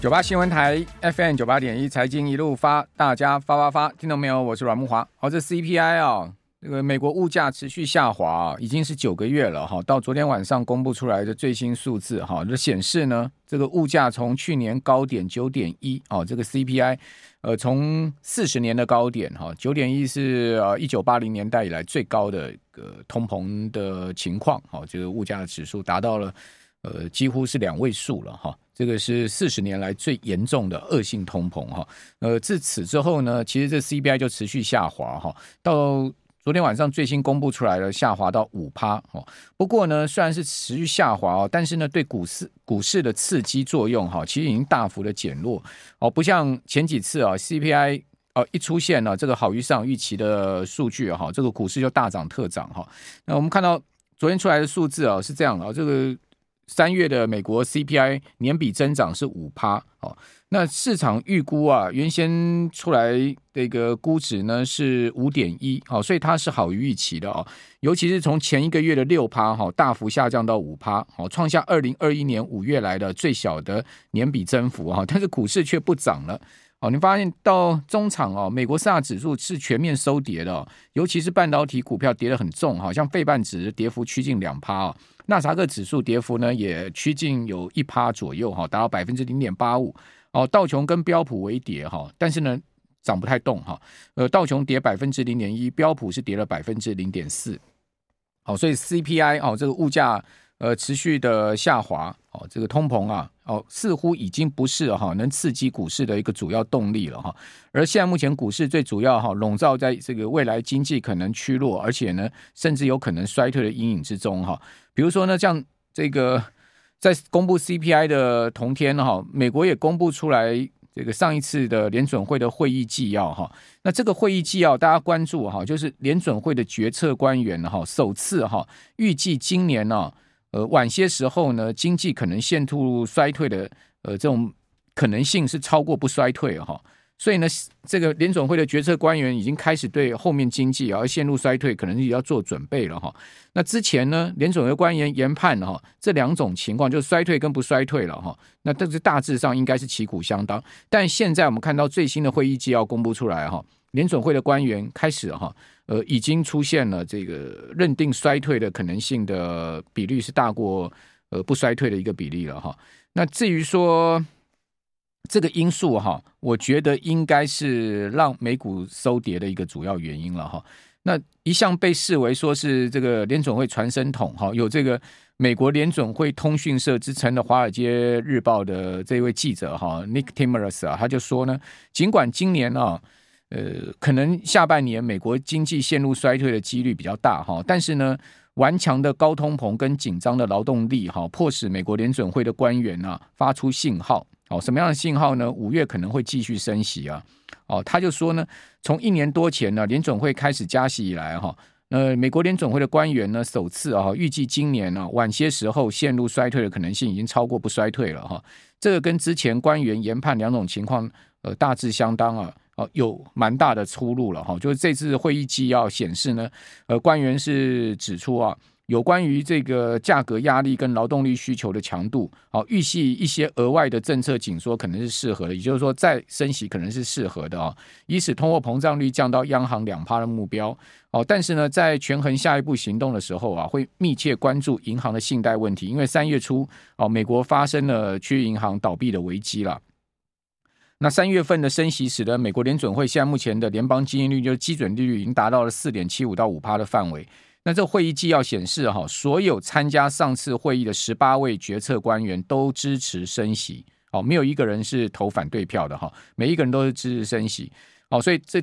98新闻台 FM 98.1财经一路发，大家发，听到没有？我是阮慕骅。好，这 CPI 啊，这个美国物价持续下滑啊，已经是9个月了哈。到昨天晚上公布出来的最新数字哈，就显示呢，这个物价从去年高点 9.1 哦，这个 CPI 从40年的高点哈 9.1 是1980年代以来最高的通膨的情况哈，这个物价的指数达到了几乎是2位数了哈。这个是40年来最严重的恶性通膨哈。自此之后呢，其实这 CPI 就持续下滑哈，到昨天晚上最新公布出来了，下滑到 5%。不过呢，虽然是持续下滑但是呢，对股市的刺激作用其实已经大幅的减弱不像前几次CPI 一出现这个好于市场预期的数据这个股市就大涨特涨那我们看到昨天出来的数字是这样的这个3月的美国 CPI 年比增长是 5%，那市场预估原先出来的一个估值呢是 5.1，所以它是好于预期的尤其是从前一个月的 6%大幅下降到 5%创下2021年5月来的最小的年比增幅但是股市却不涨了你发现到中场美国四大指数是全面收跌的尤其是半导体股票跌得很重像费半指跌幅趋近 2%纳斯达克指数跌幅呢也趋近有 1% 左右达到 0.85%道琼跟标普微跌但是呢涨不太动道琼跌 0.1%， 标普是跌了 0.4%所以 CPI 这个物价持续的下滑这个通膨似乎已经不是能刺激股市的一个主要动力了而现在目前股市最主要笼罩在这个未来经济可能趋弱，而且呢甚至有可能衰退的阴影之中比如说呢，像这个在公布 CPI 的同天美国也公布出来这个上一次的联准会的会议纪要那这个会议纪要大家关注就是联准会的决策官员首次预计今年晚些时候呢，经济可能陷入衰退的这种可能性是超过不衰退所以呢，这个联准会的决策官员已经开始对后面经济要陷入衰退，可能也要做准备了那之前呢，联准会官员研判这两种情况，就是衰退跟不衰退了那这是大致上应该是旗鼓相当。但现在我们看到最新的会议纪要公布出来联准会的官员开始已经出现了这个认定衰退的可能性的比率是大过不衰退的一个比例了那至于说这个因素我觉得应该是让美股收跌的一个主要原因了那一向被视为说是这个联准会传声筒有这个美国联准会通讯社之称的华尔街日报的这位记者Nick Timiraos他就说呢，尽管今年可能下半年美国经济陷入衰退的几率比较大但是呢顽强的高通膨跟紧张的劳动力迫使美国联准会的官员发出信号什么样的信号呢？5月可能会继续升息他就说呢，从1年多前呢，联准会开始加息以来美国联准会的官员呢，首次预计今年晚些时候陷入衰退的可能性已经超过不衰退了这个跟之前官员研判两种情况大致相当有蛮大的出入了就是这次会议纪要显示呢，官员是指出有关于这个价格压力跟劳动力需求的强度预计一些额外的政策紧缩可能是适合的，也就是说再升息可能是适合的以使通货膨胀率降到央行 2% 的目标但是呢在权衡下一步行动的时候会密切关注银行的信贷问题，因为3月初美国发生了区域银行倒闭的危机了。那3月份的升息使得美国联准会现在目前的联邦基金利率就是基准利率已经达到了 4.75% 到 5% 的范围。那这个会议纪要显示所有参加上次会议的18位决策官员都支持升息没有一个人是投反对票的每一个人都是支持升息所以这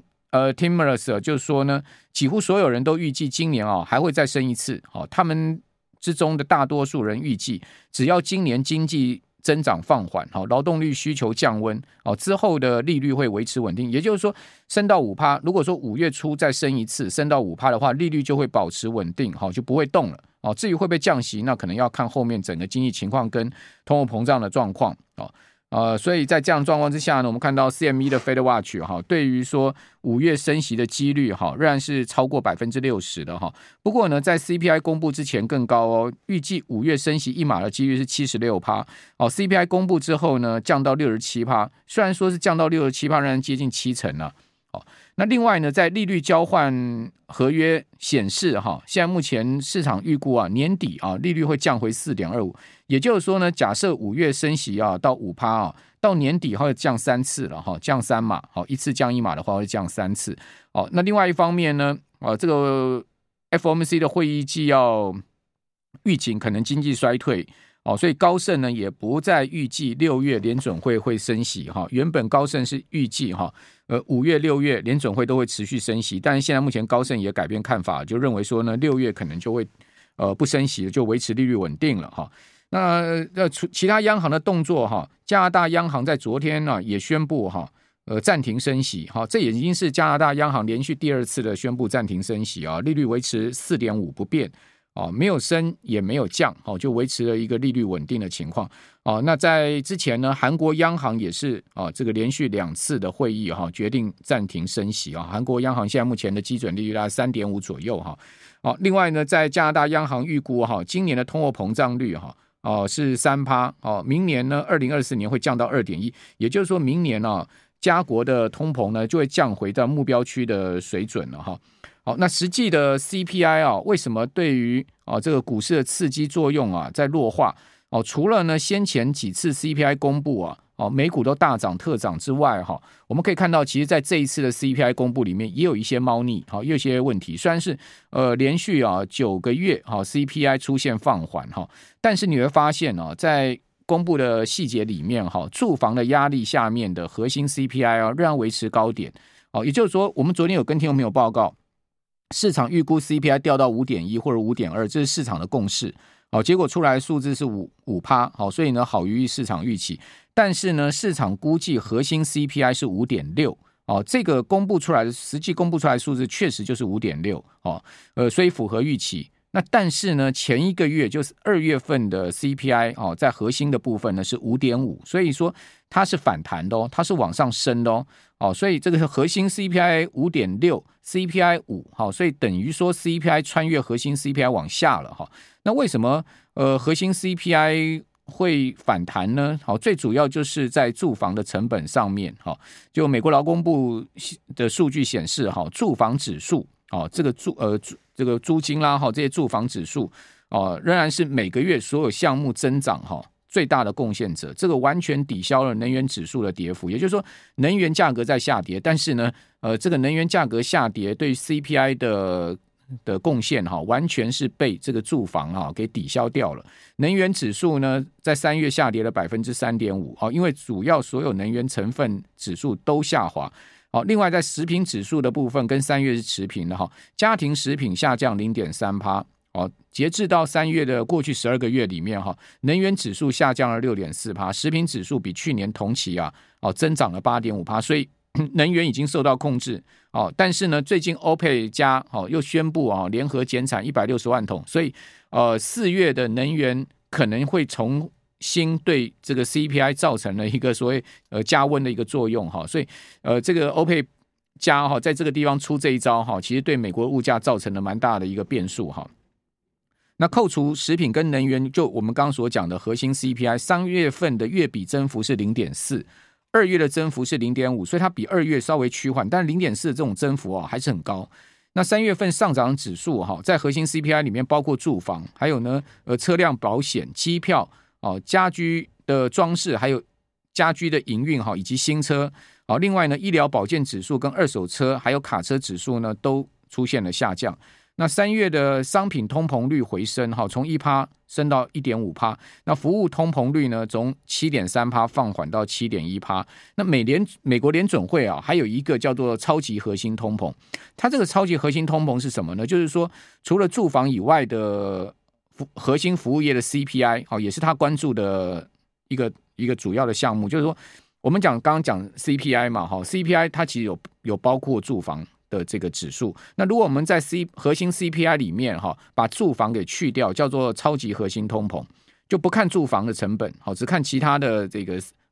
Timiraos 就说呢，几乎所有人都预计今年还会再升一次他们之中的大多数人预计只要今年经济增长放缓劳动力需求降温之后的利率会维持稳定，也就是说升到 5%， 如果说5月初再升一次升到 5% 的话，利率就会保持稳定就不会动了至于会不会降息，那可能要看后面整个经济情况跟通货膨胀的状况所以在这样的状况之下呢，我们看到 CME 的 Fed Watch 对于说5月升息的几率仍然是超过 60% 的不过呢，在 CPI 公布之前更高哦，预计5月升息一码的几率是 76%。CPI 公布之后呢，降到 67%， 虽然说是降到 67%， 仍然接近70%了。那另外呢，在利率交换合约显示现在目前市场预估年底利率会降回 4.25， 也就是说呢，假设5月升息到 5%， 到年底会降3次了降3码，一次降1码的话会降3次。那另外一方面呢，这个 FOMC 的会议纪要预警可能经济衰退。所以高盛呢也不再预计6月联准会会升息原本高盛是预计5月6月联准会都会持续升息，但是现在目前高盛也改变看法，就认为说呢6月可能就会不升息，就维持利率稳定了那其他央行的动作加拿大央行在昨天呢也宣布暂停升息这已经是加拿大央行连续第2次的宣布暂停升息利率维持 4.5 不变。没有升也没有降，就维持了一个利率稳定的情况。那在之前呢，韩国央行也是这个连续2次的会议决定暂停升息韩国央行现在目前的基准利率大概 3.5 左右另外呢，在加拿大央行预估今年的通货膨胀率是 3%， 明年呢2024年会降到 2.1， 也就是说明年加国的通膨呢就会降回到目标区的水准了那实际的 CPI 为什么对于这个股市的刺激作用在弱化除了呢先前几次 CPI 公布美股都大涨特涨之外我们可以看到其实在这一次的 CPI 公布里面也有一些猫腻也有一些问题，虽然是连续9个月CPI 出现放缓但是你会发现在公布的细节里面住房的压力下面的核心 CPI 仍然维持高点也就是说我们昨天有跟听众朋友报告市场预估 CPI 掉到 5.1 或者 5.2， 这是市场的共识结果出来的数字是 5%， 所以呢好于市场预期，但是呢市场估计核心 CPI 是 5.6这个公布出来的实际公布出来的数字确实就是 5.6所以符合预期。那但是呢前一个月就是2月份的 CPI 在核心的部分呢是 5.5， 所以说它是反弹的它是往上升的所以这个是核心 CPI 5.6 CPI 5所以等于说 CPI 穿越核心 CPI 往下了那为什么核心 CPI 会反弹呢最主要就是在住房的成本上面就美国劳工部的数据显示住房指数这个租金啦这些住房指数仍然是每个月所有项目增长最大的贡献者，这个完全抵消了能源指数的跌幅，也就是说能源价格在下跌，但是呢这个能源价格下跌对 CPI 的贡献完全是被这个住房给抵消掉了。能源指数呢在3月下跌了 3.5%， 因为主要所有能源成分指数都下滑另外在食品指数的部分跟3月是持平的家庭食品下降 0.3%截至到3月的过去12个月里面能源指数下降了 6.4%， 食品指数比去年同期增长了 8.5%， 所以能源已经受到控制但是呢最近 OPEC 加又宣布联合减产160万桶，所以4月的能源可能会重新对这个 CPI 造成了一个所谓加温的一个作用所以这个 OPEC 加在这个地方出这一招其实对美国物价造成了蛮大的一个变数那扣除食品跟能源，就我们刚刚所讲的核心 CPI 3月份的月比增幅是 0.4， 2月的增幅是 0.5， 所以它比2月稍微趋缓，但 0.4 的这种增幅还是很高。那3月份上涨指数在核心 CPI 里面包括住房，还有呢车辆保险、机票家居的装饰，还有家居的营运以及新车另外呢医疗保健指数跟二手车还有卡车指数呢都出现了下降。那3月的商品通膨率回升从 1% 升到 1.5%， 那服务通膨率呢从 7.3% 放缓到 7.1%。 那美国联准会还有一个叫做超级核心通膨，它这个超级核心通膨是什么呢？就是说除了住房以外的核心服务业的 CPI 也是他关注的一个主要的项目。就是说我们刚刚讲 CPI 嘛CPI 它其实有包括住房的这个指数，那如果我们在核心 CPI 里面把住房给去掉，叫做超级核心通膨，就不看住房的成本只看其他的这个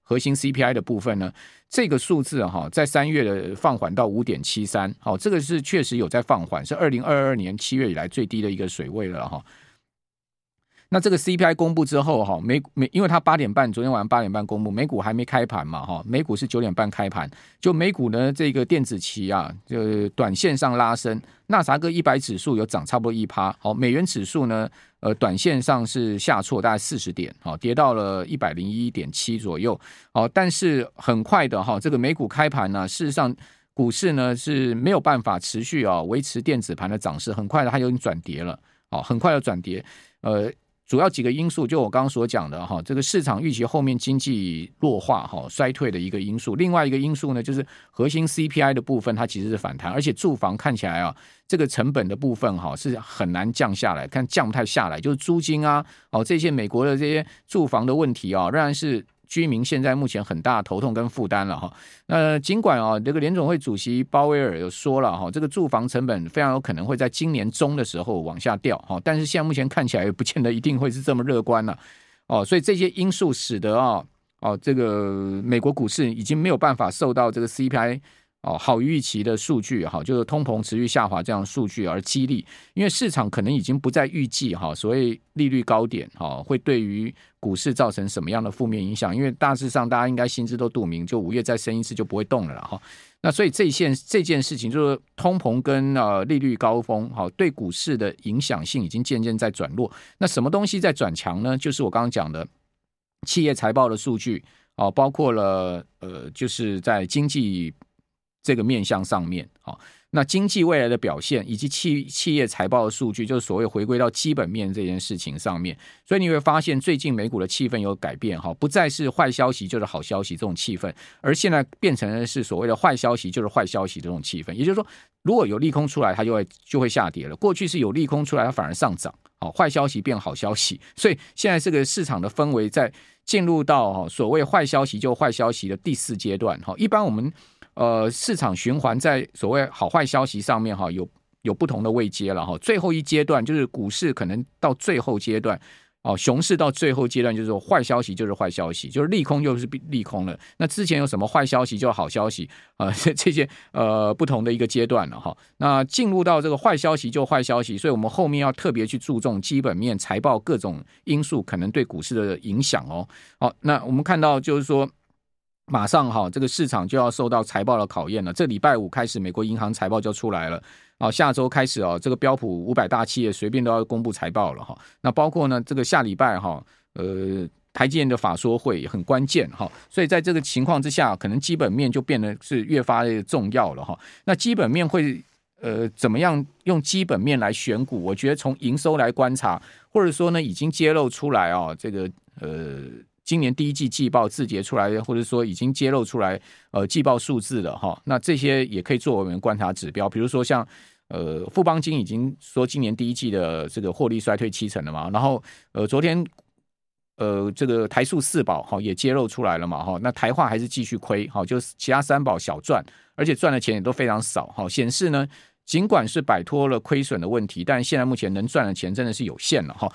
核心 CPI 的部分呢，这个数字在3月的放缓到 5.73， 这个是确实有在放缓，是2022年7月以来最低的一个水位了那这个 CPI 公布之后因为它8点半，昨天晚上8点半公布，美股还没开盘嘛美股是9点半开盘，就美股呢这个电子期就短线上拉升，纳斯达克100指数有涨差不多 1%， 美元指数呢短线上是下挫大概40点，跌到了 101.7 左右，但是很快的这个美股开盘呢，事实上股市呢是没有办法持续维持电子盘的涨势，很快的它有点转跌了，很快的转跌，主要几个因素，就我刚刚所讲的这个市场预期后面经济弱化衰退的一个因素，另外一个因素呢，就是核心 CPI 的部分它其实是反弹，而且住房看起来这个成本的部分是很难降下来，看降不太下来，就是租金这些美国的这些住房的问题仍然是居民现在目前很大的头痛跟负担了那尽管这个联总会主席鲍威尔有说了这个住房成本非常有可能会在今年中的时候往下掉但是现在目前看起来也不见得一定会是这么乐观了所以这些因素使得这个美国股市已经没有办法受到这个 CPI好于预期的数据就是通膨持续下滑这样的数据而激励，因为市场可能已经不再预计所谓利率高点会对于股市造成什么样的负面影响，因为大致上大家应该心知都肚明，就5月再升一次就不会动了那所以这件事情就是通膨跟利率高峰对股市的影响性已经渐渐在转弱。那什么东西在转强呢？就是我刚刚讲的企业财报的数据包括了就是在经济这个面向上面那经济未来的表现以及企业财报的数据，就是所谓回归到基本面这件事情上面，所以你会发现最近美股的气氛有改变不再是坏消息就是好消息这种气氛，而现在变成的是所谓的坏消息就是坏消息这种气氛，也就是说如果有利空出来它就会下跌了，过去是有利空出来它反而上涨坏消息变好消息，所以现在这个市场的氛围在进入到所谓坏消息就坏消息的第4阶段一般我们市场循环在所谓好坏消息上面有不同的位阶了最后一阶段就是股市可能到最后阶段熊市到最后阶段就是坏消息就是坏消息，就是利空就是利空了。那之前有什么坏消息就是好消息这些不同的一个阶段了那进入到这个坏消息就坏消息，所以我们后面要特别去注重基本面财报各种因素可能对股市的影响那我们看到就是说马上这个市场就要受到财报的考验了，这礼拜5开始美国银行财报就出来了下周开始这个标普500大企业随便都要公布财报了那包括呢这个下礼拜台积电的法说会也很关键所以在这个情况之下，可能基本面就变得是越发的重要了那基本面会怎么样用基本面来选股？我觉得从营收来观察，或者说呢已经揭露出来这个今年第一季季报自结出来，或者说已经揭露出来季报数字了那这些也可以作为我们观察指标。比如说像富邦金已经说今年第一季的这个获利衰退70%了嘛，然后昨天这个台塑四宝也揭露出来了嘛那台化还是继续亏就是其他3宝小赚，而且赚的钱也都非常少显示呢尽管是摆脱了亏损的问题，但现在目前能赚的钱真的是有限了